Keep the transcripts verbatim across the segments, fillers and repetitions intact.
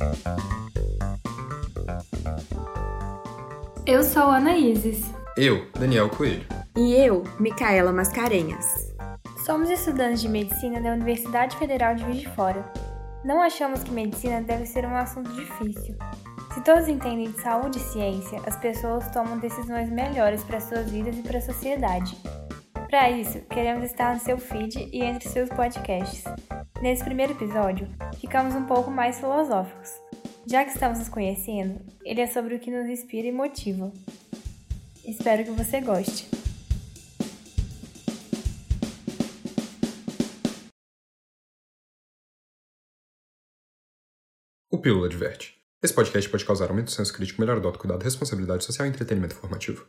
Eu sou Ana Isis. Eu, Daniel Coelho. E eu, Micaela Mascarenhas. Somos estudantes de medicina da Universidade Federal de Juiz de Fora. Não achamos que medicina deve ser um assunto difícil. Se todos entendem de saúde e ciência, as pessoas tomam decisões melhores para suas vidas e para a sociedade. Para isso, queremos estar no seu feed e entre seus podcasts. Nesse primeiro episódio, ficamos um pouco mais filosóficos. Já que estamos nos conhecendo, ele é sobre o que nos inspira e motiva. Espero que você goste. O Pílula adverte. Esse podcast pode causar aumento do senso crítico, melhor do autocuidado, responsabilidade social e entretenimento formativo.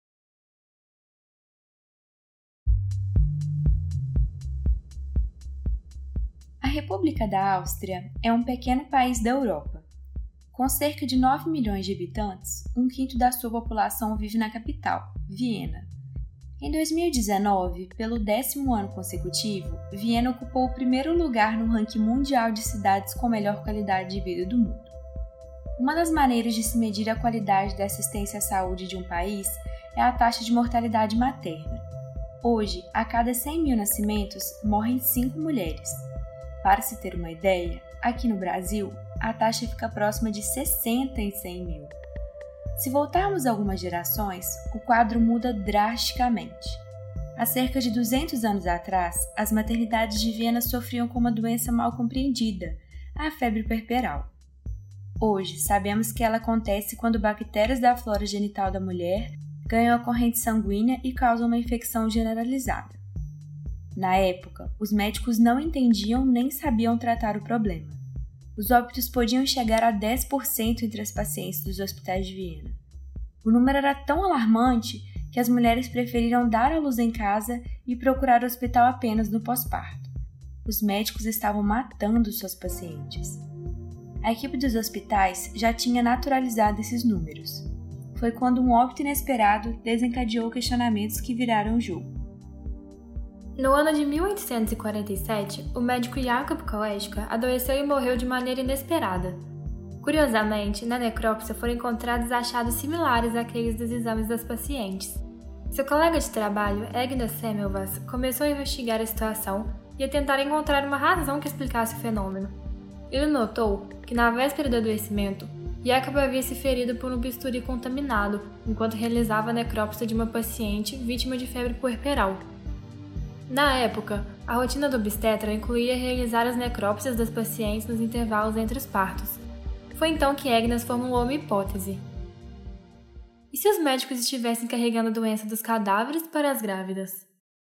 A República da Áustria é um pequeno país da Europa. Com cerca de nove milhões de habitantes, um quinto da sua população vive na capital, Viena. Em dois mil e dezenove, pelo décimo ano consecutivo, Viena ocupou o primeiro lugar no ranking mundial de cidades com melhor qualidade de vida do mundo. Uma das maneiras de se medir a qualidade da assistência à saúde de um país é a taxa de mortalidade materna. Hoje, a cada cem mil nascimentos, morrem cinco mulheres. Para se ter uma ideia, aqui no Brasil, a taxa fica próxima de sessenta em cem mil. Se voltarmos algumas gerações, o quadro muda drasticamente. Há cerca de duzentos anos atrás, as maternidades de Viena sofriam com uma doença mal compreendida, a febre puerperal. Hoje, sabemos que ela acontece quando bactérias da flora genital da mulher ganham a corrente sanguínea e causam uma infecção generalizada. Na época, os médicos não entendiam nem sabiam tratar o problema. Os óbitos podiam chegar a dez por cento entre as pacientes dos hospitais de Viena. O número era tão alarmante que as mulheres preferiram dar à luz em casa e procurar o hospital apenas no pós-parto. Os médicos estavam matando suas pacientes. A equipe dos hospitais já tinha naturalizado esses números. Foi quando um óbito inesperado desencadeou questionamentos que viraram o jogo. No ano de mil oitocentos e quarenta e sete, o médico Jakob Koleschka adoeceu e morreu de maneira inesperada. Curiosamente, na necrópsia foram encontrados achados similares àqueles dos exames das pacientes. Seu colega de trabalho, Egda Semmelweis, começou a investigar a situação e a tentar encontrar uma razão que explicasse o fenômeno. Ele notou que, na véspera do adoecimento, Jakob havia se ferido por um bisturi contaminado enquanto realizava a necrópsia de uma paciente vítima de febre puerperal. Na época, a rotina do obstetra incluía realizar as necrópsias das pacientes nos intervalos entre os partos. Foi então que Egnas formulou uma hipótese. E se os médicos estivessem carregando a doença dos cadáveres para as grávidas?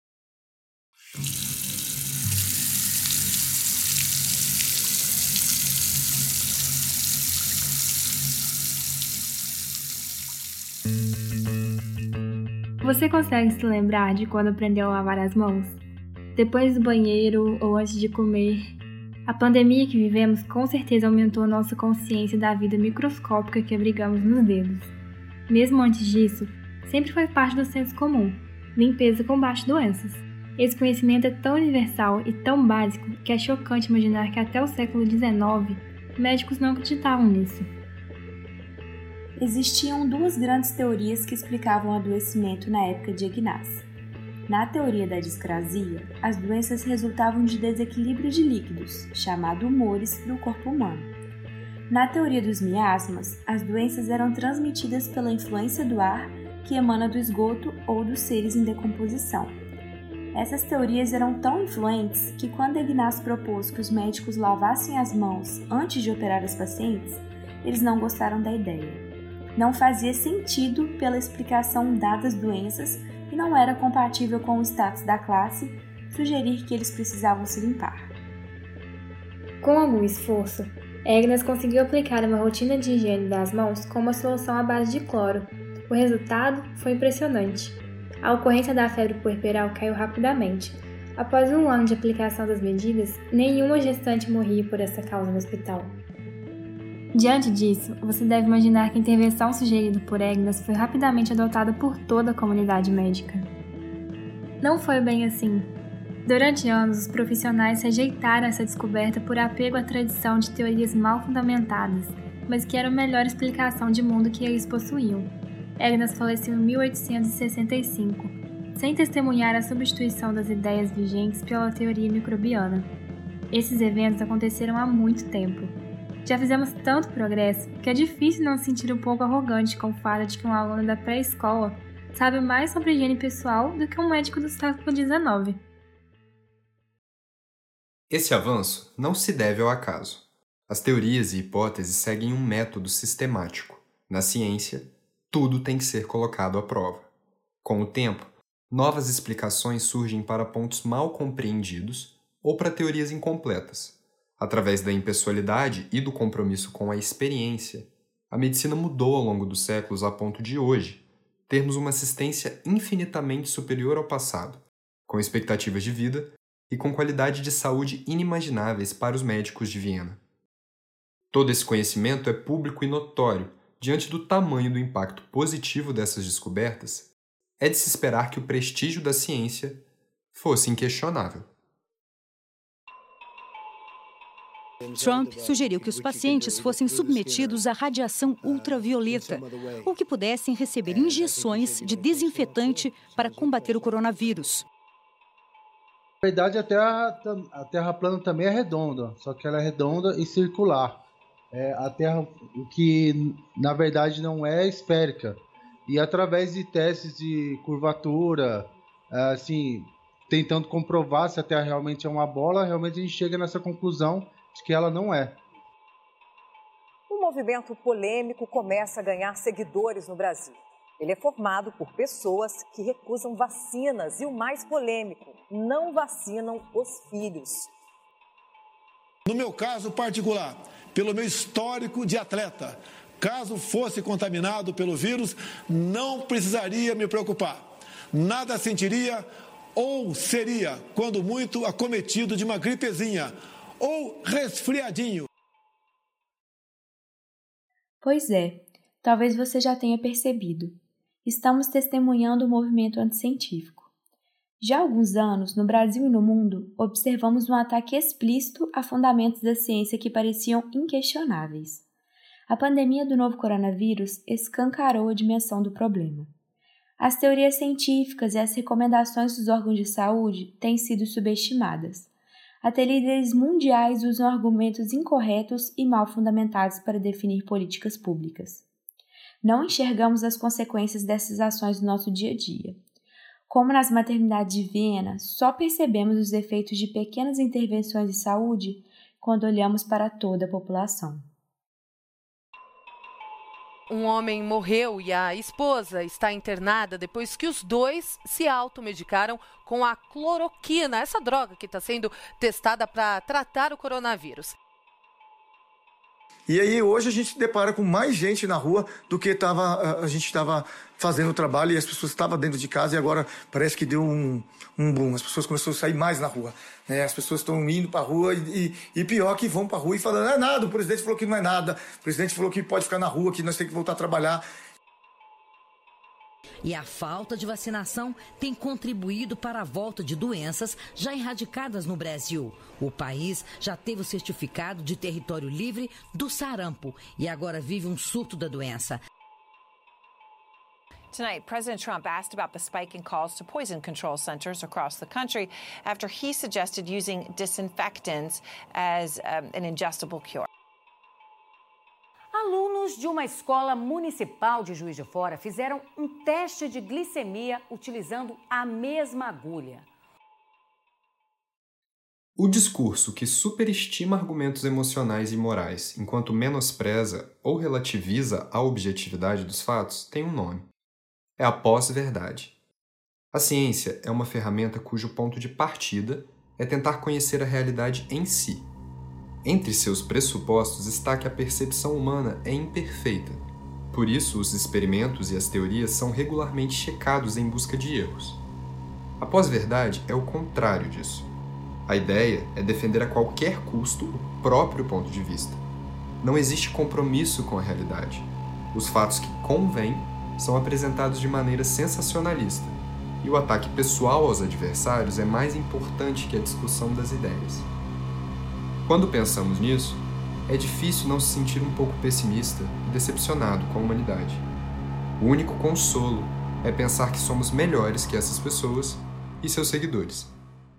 Você consegue se lembrar de quando aprendeu a lavar as mãos? Depois do banheiro ou antes de comer? A pandemia que vivemos com certeza aumentou a nossa consciência da vida microscópica que abrigamos nos dedos. Mesmo antes disso, sempre foi parte do senso comum: limpeza combate doenças. Esse conhecimento é tão universal e tão básico que é chocante imaginar que até o século dezenove, médicos não acreditavam nisso. Existiam duas grandes teorias que explicavam o adoecimento na época de Ignaz. Na teoria da discrasia, as doenças resultavam de desequilíbrio de líquidos, chamado humores, do corpo humano. Na teoria dos miasmas, as doenças eram transmitidas pela influência do ar que emana do esgoto ou dos seres em decomposição. Essas teorias eram tão influentes que quando Ignaz propôs que os médicos lavassem as mãos antes de operar as pacientes, eles não gostaram da ideia. Não fazia sentido pela explicação dada às doenças e não era compatível com o status da classe sugerir que eles precisavam se limpar. Com algum esforço, Egnas conseguiu aplicar uma rotina de higiene das mãos com uma solução à base de cloro. O resultado foi impressionante. A ocorrência da febre puerperal caiu rapidamente. Após um ano de aplicação das medidas, nenhuma gestante morria por essa causa no hospital. Diante disso, você deve imaginar que a intervenção sugerida por Egnas foi rapidamente adotada por toda a comunidade médica. Não foi bem assim. Durante anos, os profissionais rejeitaram essa descoberta por apego à tradição de teorias mal fundamentadas, mas que era a melhor explicação de mundo que eles possuíam. Agnes faleceu em mil oitocentos e sessenta e cinco, sem testemunhar a substituição das ideias vigentes pela teoria microbiana. Esses eventos aconteceram há muito tempo. Já fizemos tanto progresso que é difícil não se sentir um pouco arrogante com o fato de que um aluno da pré-escola sabe mais sobre higiene pessoal do que um médico do século dezenove. Esse avanço não se deve ao acaso. As teorias e hipóteses seguem um método sistemático. Na ciência, tudo tem que ser colocado à prova. Com o tempo, novas explicações surgem para pontos mal compreendidos ou para teorias incompletas. Através da impessoalidade e do compromisso com a experiência, a medicina mudou ao longo dos séculos a ponto de hoje termos uma assistência infinitamente superior ao passado, com expectativas de vida e com qualidade de saúde inimagináveis para os médicos de Viena. Todo esse conhecimento é público e notório. Diante do tamanho do impacto positivo dessas descobertas, é de se esperar que o prestígio da ciência fosse inquestionável. Trump sugeriu que os pacientes fossem submetidos à radiação ultravioleta ou que pudessem receber injeções de desinfetante para combater o coronavírus. Na verdade, a Terra, a Terra plana também é redonda, só que ela é redonda e circular. É, a Terra, o que na verdade não é esférica. E através de testes de curvatura, assim, tentando comprovar se a Terra realmente é uma bola, realmente a gente chega nessa conclusão de que ela não é. Um movimento polêmico começa a ganhar seguidores no Brasil. Ele é formado por pessoas que recusam vacinas e, o mais polêmico, não vacinam os filhos. No meu caso particular, pelo meu histórico de atleta, caso fosse contaminado pelo vírus, não precisaria me preocupar. Nada sentiria ou seria, quando muito, acometido de uma gripezinha ou resfriadinho. Pois é, talvez você já tenha percebido. Estamos testemunhando o movimento anticientífico. Já há alguns anos, no Brasil e no mundo, observamos um ataque explícito a fundamentos da ciência que pareciam inquestionáveis. A pandemia do novo coronavírus escancarou a dimensão do problema. As teorias científicas e as recomendações dos órgãos de saúde têm sido subestimadas. Até líderes mundiais usam argumentos incorretos e mal fundamentados para definir políticas públicas. Não enxergamos as consequências dessas ações no nosso dia a dia. Como nas maternidades de Viena, só percebemos os efeitos de pequenas intervenções de saúde quando olhamos para toda a população. Um homem morreu e a esposa está internada depois que os dois se automedicaram com a cloroquina, essa droga que está sendo testada para tratar o coronavírus. E aí hoje a gente se depara com mais gente na rua do que tava, a gente estava fazendo o trabalho e as pessoas estavam dentro de casa e agora parece que deu um, um boom. As pessoas começaram a sair mais na rua, né? As pessoas estão indo para a rua e, e, e pior que vão para a rua e falando, não é nada, o presidente falou que não é nada, o presidente falou que pode ficar na rua, que nós temos que voltar a trabalhar. E a falta de vacinação tem contribuído para a volta de doenças já erradicadas no Brasil. O país já teve o certificado de território livre do sarampo e agora vive um surto da doença. Tonight, President Trump asked about the spike in calls to poison control centers across the country after he suggested using disinfectants as um, an ingestible cure. Alunos de uma escola municipal de Juiz de Fora fizeram um teste de glicemia utilizando a mesma agulha. O discurso que superestima argumentos emocionais e morais enquanto menospreza ou relativiza a objetividade dos fatos tem um nome. É a pós-verdade. A ciência é uma ferramenta cujo ponto de partida é tentar conhecer a realidade em si. Entre seus pressupostos está que a percepção humana é imperfeita. Por isso, os experimentos e as teorias são regularmente checados em busca de erros. A pós-verdade é o contrário disso. A ideia é defender a qualquer custo o próprio ponto de vista. Não existe compromisso com a realidade. Os fatos que convêm são apresentados de maneira sensacionalista. e o ataque pessoal aos adversários é mais importante que a discussão das ideias. Quando pensamos nisso, é difícil não se sentir um pouco pessimista e decepcionado com a humanidade. O único consolo é pensar que somos melhores que essas pessoas e seus seguidores.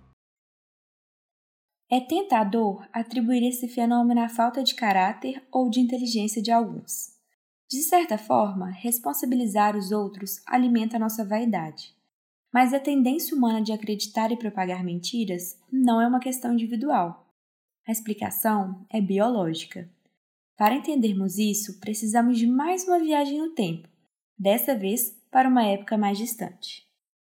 É tentador atribuir esse fenômeno à falta de caráter ou de inteligência de alguns. De certa forma, responsabilizar os outros alimenta nossa vaidade. Mas a tendência humana de acreditar e propagar mentiras não é uma questão individual. A explicação é biológica. Para entendermos isso, precisamos de mais uma viagem no tempo, dessa vez para uma época mais distante.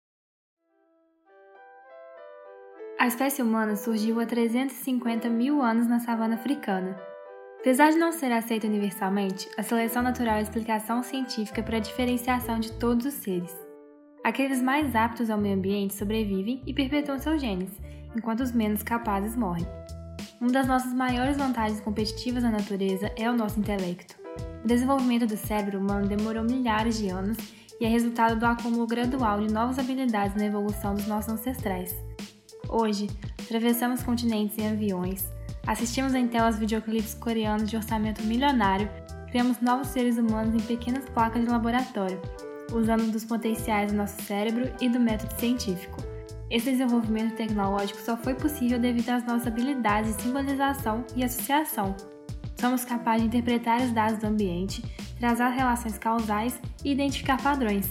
A espécie humana surgiu há trezentos e cinquenta mil anos na savana africana. Apesar de não ser aceita universalmente, a seleção natural é a explicação científica para a diferenciação de todos os seres. Aqueles mais aptos ao meio ambiente sobrevivem e perpetuam seus genes, enquanto os menos capazes morrem. Uma das nossas maiores vantagens competitivas na natureza é o nosso intelecto. O desenvolvimento do cérebro humano demorou milhares de anos e é resultado do acúmulo gradual de novas habilidades na evolução dos nossos ancestrais. Hoje, atravessamos continentes em aviões, assistimos em telas videoclipes coreanos de orçamento milionário, criamos novos seres humanos em pequenas placas de laboratório, usando dos potenciais do nosso cérebro e do método científico. Esse desenvolvimento tecnológico só foi possível devido às nossas habilidades de simbolização e associação. Somos capazes de interpretar os dados do ambiente, traçar relações causais e identificar padrões.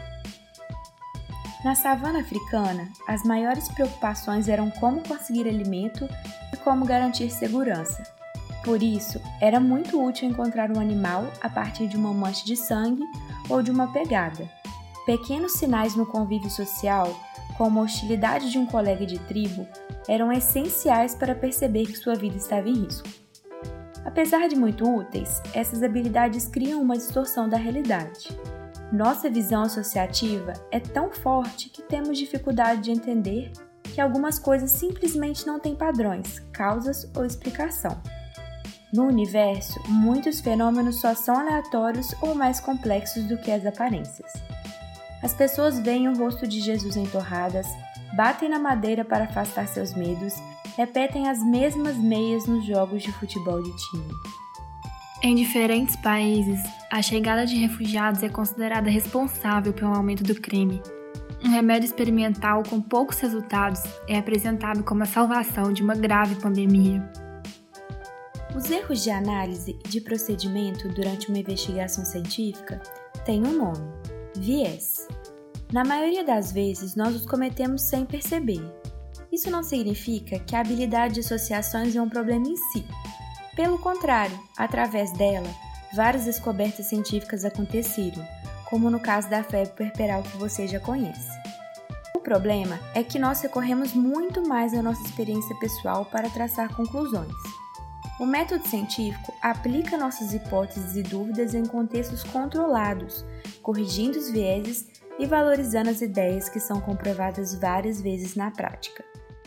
Na savana africana, as maiores preocupações eram como conseguir alimento e como garantir segurança. Por isso, era muito útil encontrar um animal a partir de uma mancha de sangue ou de uma pegada. Pequenos sinais no convívio social, como a hostilidade de um colega de tribo, eram essenciais para perceber que sua vida estava em risco. Apesar de muito úteis, essas habilidades criam uma distorção da realidade. Nossa visão associativa é tão forte que temos dificuldade de entender que algumas coisas simplesmente não têm padrões, causas ou explicação. No universo, muitos fenômenos só são aleatórios ou mais complexos do que as aparências. As pessoas veem o rosto de Jesus em torradas, batem na madeira para afastar seus medos, repetem as mesmas meias nos jogos de futebol de time. Em diferentes países, a chegada de refugiados é considerada responsável pelo aumento do crime. Um remédio experimental com poucos resultados é apresentado como a salvação de uma grave pandemia. Os erros de análise e de procedimento durante uma investigação científica têm um nome: viés. Na maioria das vezes, nós os cometemos sem perceber. Isso não significa que a habilidade de associações é um problema em si. Pelo contrário, através dela, várias descobertas científicas aconteceram, como no caso da febre puerperal que você já conhece. O problema é que nós recorremos muito mais à nossa experiência pessoal para traçar conclusões. O método científico aplica nossas hipóteses e dúvidas em contextos controlados, corrigindo os vieses e valorizando as ideias que são comprovadas várias vezes na prática.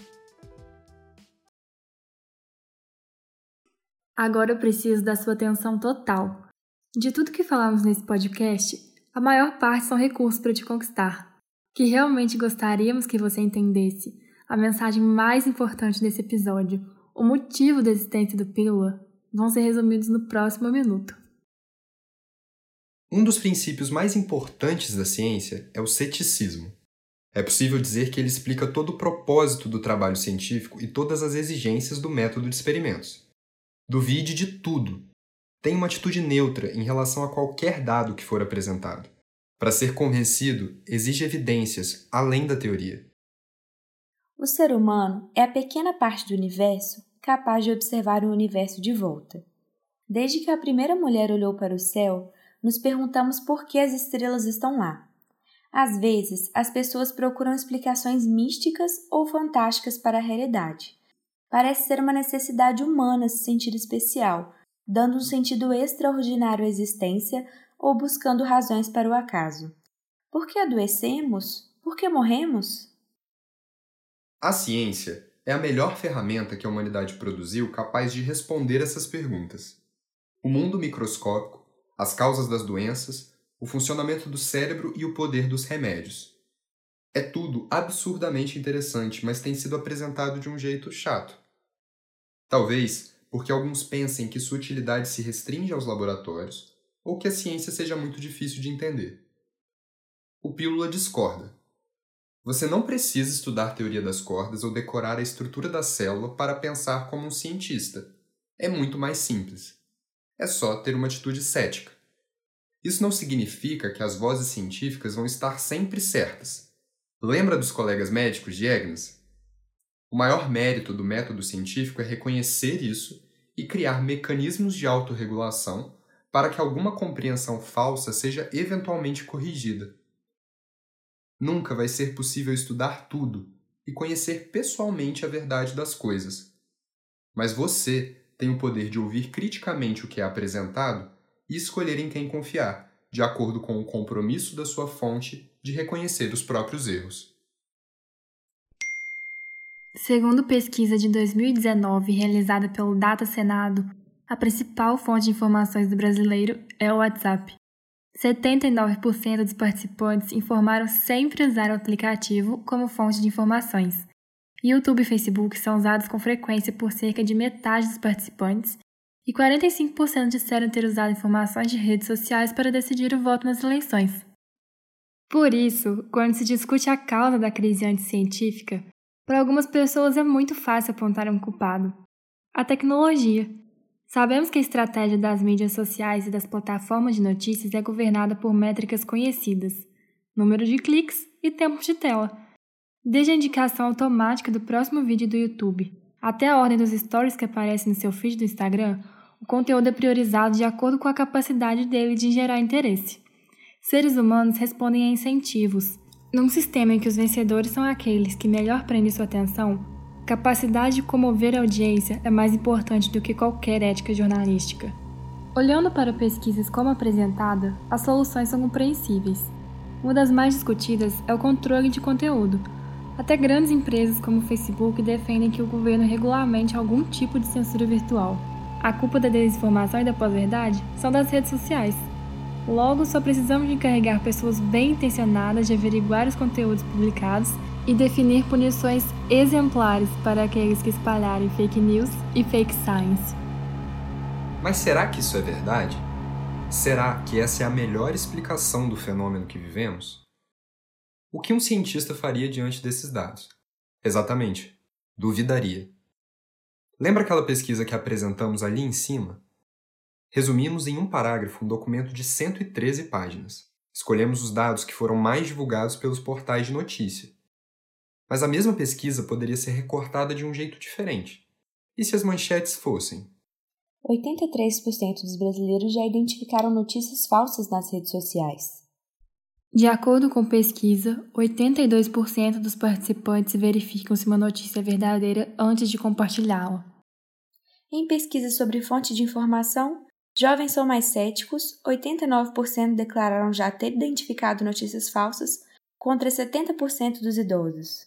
Agora eu preciso da sua atenção total. De tudo que falamos nesse podcast, a maior parte são recursos para te conquistar. Que realmente gostaríamos que você entendesse a mensagem mais importante desse episódio, o motivo da existência do Pílula, vão ser resumidos no próximo minuto. Um dos princípios mais importantes da ciência é o ceticismo. É possível dizer que ele explica todo o propósito do trabalho científico e todas as exigências do método de experimentos. Duvide de tudo. Tenha uma atitude neutra em relação a qualquer dado que for apresentado. Para ser convencido, exige evidências além da teoria. O ser humano é a pequena parte do universo capaz de observar o universo de volta. Desde que a primeira mulher olhou para o céu, nos perguntamos por que as estrelas estão lá. Às vezes, as pessoas procuram explicações místicas ou fantásticas para a realidade. Parece ser uma necessidade humana se sentir especial, dando um sentido extraordinário à existência ou buscando razões para o acaso. Por que adoecemos? Por que morremos? A ciência é a melhor ferramenta que a humanidade produziu capaz de responder essas perguntas. O mundo microscópico, as causas das doenças, o funcionamento do cérebro e o poder dos remédios. É tudo absurdamente interessante, mas tem sido apresentado de um jeito chato. Talvez porque alguns pensem que sua utilidade se restringe aos laboratórios ou que a ciência seja muito difícil de entender. O Pílula discorda. Você não precisa estudar teoria das cordas ou decorar a estrutura da célula para pensar como um cientista. É muito mais simples. É só ter uma atitude cética. Isso não significa que as vozes científicas vão estar sempre certas. Lembra dos colegas médicos de Agnes? O maior mérito do método científico é reconhecer isso e criar mecanismos de autorregulação para que alguma compreensão falsa seja eventualmente corrigida. Nunca vai ser possível estudar tudo e conhecer pessoalmente a verdade das coisas. Mas você tem o poder de ouvir criticamente o que é apresentado e escolher em quem confiar, de acordo com o compromisso da sua fonte de reconhecer os próprios erros. Segundo pesquisa de dois mil e dezenove realizada pelo Data Senado, a principal fonte de informações do brasileiro é o WhatsApp. setenta e nove por cento dos participantes informaram sempre usar o aplicativo como fonte de informações. YouTube e Facebook são usados com frequência por cerca de metade dos participantes e quarenta e cinco por cento disseram ter usado informações de redes sociais para decidir o voto nas eleições. Por isso, quando se discute a causa da crise anticientífica, para algumas pessoas é muito fácil apontar um culpado: a tecnologia. Sabemos que a estratégia das mídias sociais e das plataformas de notícias é governada por métricas conhecidas: número de cliques e tempo de tela. Desde a indicação automática do próximo vídeo do YouTube até a ordem dos stories que aparecem no seu feed do Instagram, o conteúdo é priorizado de acordo com a capacidade dele de gerar interesse. Seres humanos respondem a incentivos. Num sistema em que os vencedores são aqueles que melhor prendem sua atenção, a capacidade de comover a audiência é mais importante do que qualquer ética jornalística. Olhando para pesquisas como apresentada, as soluções são compreensíveis. Uma das mais discutidas é o controle de conteúdo. Até grandes empresas como o Facebook defendem que o governo regulamente algum tipo de censura virtual. A culpa da desinformação e da pós-verdade são das redes sociais. Logo, só precisamos de encarregar pessoas bem intencionadas de averiguar os conteúdos publicados e definir punições exemplares para aqueles que espalharem fake news e fake science. Mas será que isso é verdade? Será que essa é a melhor explicação do fenômeno que vivemos? O que um cientista faria diante desses dados? Exatamente, duvidaria. Lembra aquela pesquisa que apresentamos ali em cima? Resumimos em um parágrafo um documento de cento e treze páginas. Escolhemos os dados que foram mais divulgados pelos portais de notícia. Mas a mesma pesquisa poderia ser recortada de um jeito diferente. E se as manchetes fossem? oitenta e três por cento dos brasileiros já identificaram notícias falsas nas redes sociais. De acordo com pesquisa, oitenta e dois por cento dos participantes verificam se uma notícia é verdadeira antes de compartilhá-la. Em pesquisas sobre fonte de informação, jovens são mais céticos, oitenta e nove por cento declararam já ter identificado notícias falsas, contra setenta por cento dos idosos.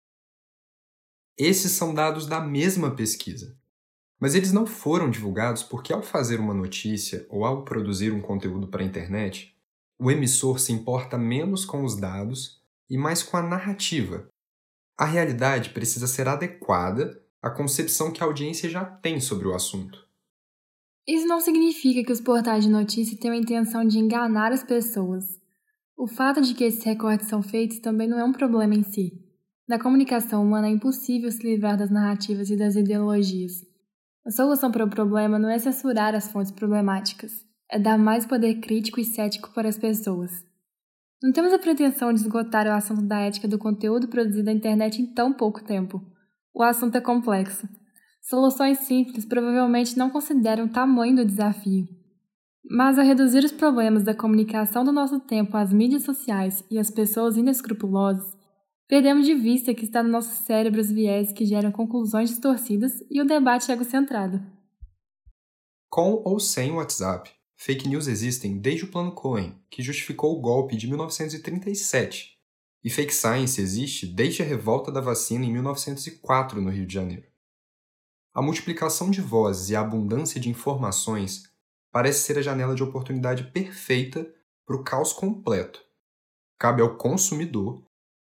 Esses são dados da mesma pesquisa. Mas eles não foram divulgados porque, ao fazer uma notícia ou ao produzir um conteúdo para a internet, o emissor se importa menos com os dados e mais com a narrativa. A realidade precisa ser adequada à concepção que a audiência já tem sobre o assunto. Isso não significa que os portais de notícia tenham a intenção de enganar as pessoas. O fato de que esses recortes são feitos também não é um problema em si. Na comunicação humana é impossível se livrar das narrativas e das ideologias. A solução para o problema não é censurar as fontes problemáticas, é dar mais poder crítico e cético para as pessoas. Não temos a pretensão de esgotar o assunto da ética do conteúdo produzido na internet em tão pouco tempo. O assunto é complexo. Soluções simples provavelmente não consideram o tamanho do desafio. Mas ao reduzir os problemas da comunicação do nosso tempo às mídias sociais e às pessoas inescrupulosas, perdemos de vista que está no nosso cérebro os viés que geram conclusões distorcidas e o debate egocentrado. Com ou sem o WhatsApp, fake news existem desde o Plano Cohen, que justificou o golpe de mil novecentos e trinta e sete, e fake science existe desde a revolta da vacina em mil novecentos e quatro no Rio de Janeiro. A multiplicação de vozes e a abundância de informações parece ser a janela de oportunidade perfeita para o caos completo. Cabe ao consumidor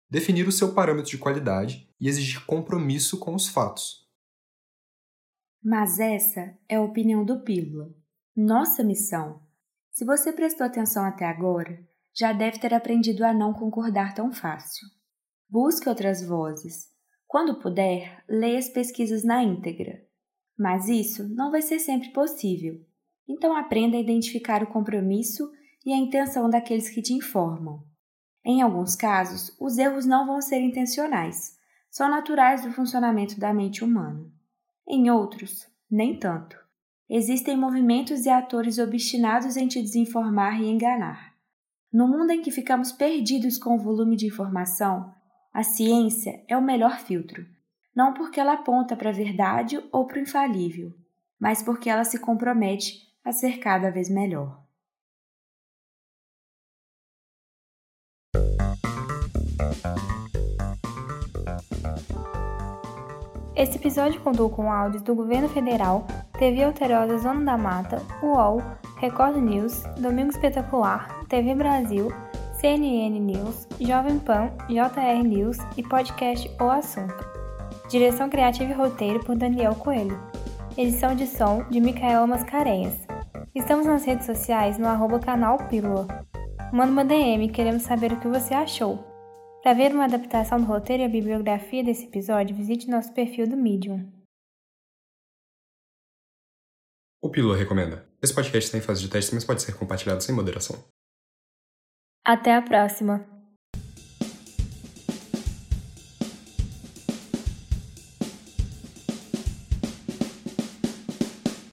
definir o seu parâmetro de qualidade e exigir compromisso com os fatos. Mas essa é a opinião do Pílula. Nossa missão. Se você prestou atenção até agora, já deve ter aprendido a não concordar tão fácil. Busque outras vozes. Quando puder, leia as pesquisas na íntegra. Mas isso não vai ser sempre possível. Então aprenda a identificar o compromisso e a intenção daqueles que te informam. Em alguns casos, os erros não vão ser intencionais, são naturais do funcionamento da mente humana. Em outros, nem tanto. Existem movimentos e atores obstinados em te desinformar e enganar. No mundo em que ficamos perdidos com o volume de informação, a ciência é o melhor filtro, não porque ela aponta para a verdade ou para o infalível, mas porque ela se compromete a ser cada vez melhor. Esse episódio contou com áudios do Governo Federal, T V Alterosa Zona da Mata, U O L, Record News, Domingo Espetacular, T V Brasil, C N N News, Jovem Pan, J R News e podcast O Assunto. Direção criativa e roteiro por Daniel Coelho. Edição de som de Micaela Mascarenhas. Estamos nas redes sociais no arroba canal Pílula. Manda uma D M, queremos saber o que você achou. Para ver uma adaptação do roteiro e a bibliografia desse episódio, visite nosso perfil do Medium. O Pílula recomenda. Esse podcast está em fase de teste, mas pode ser compartilhado sem moderação. Até a próxima!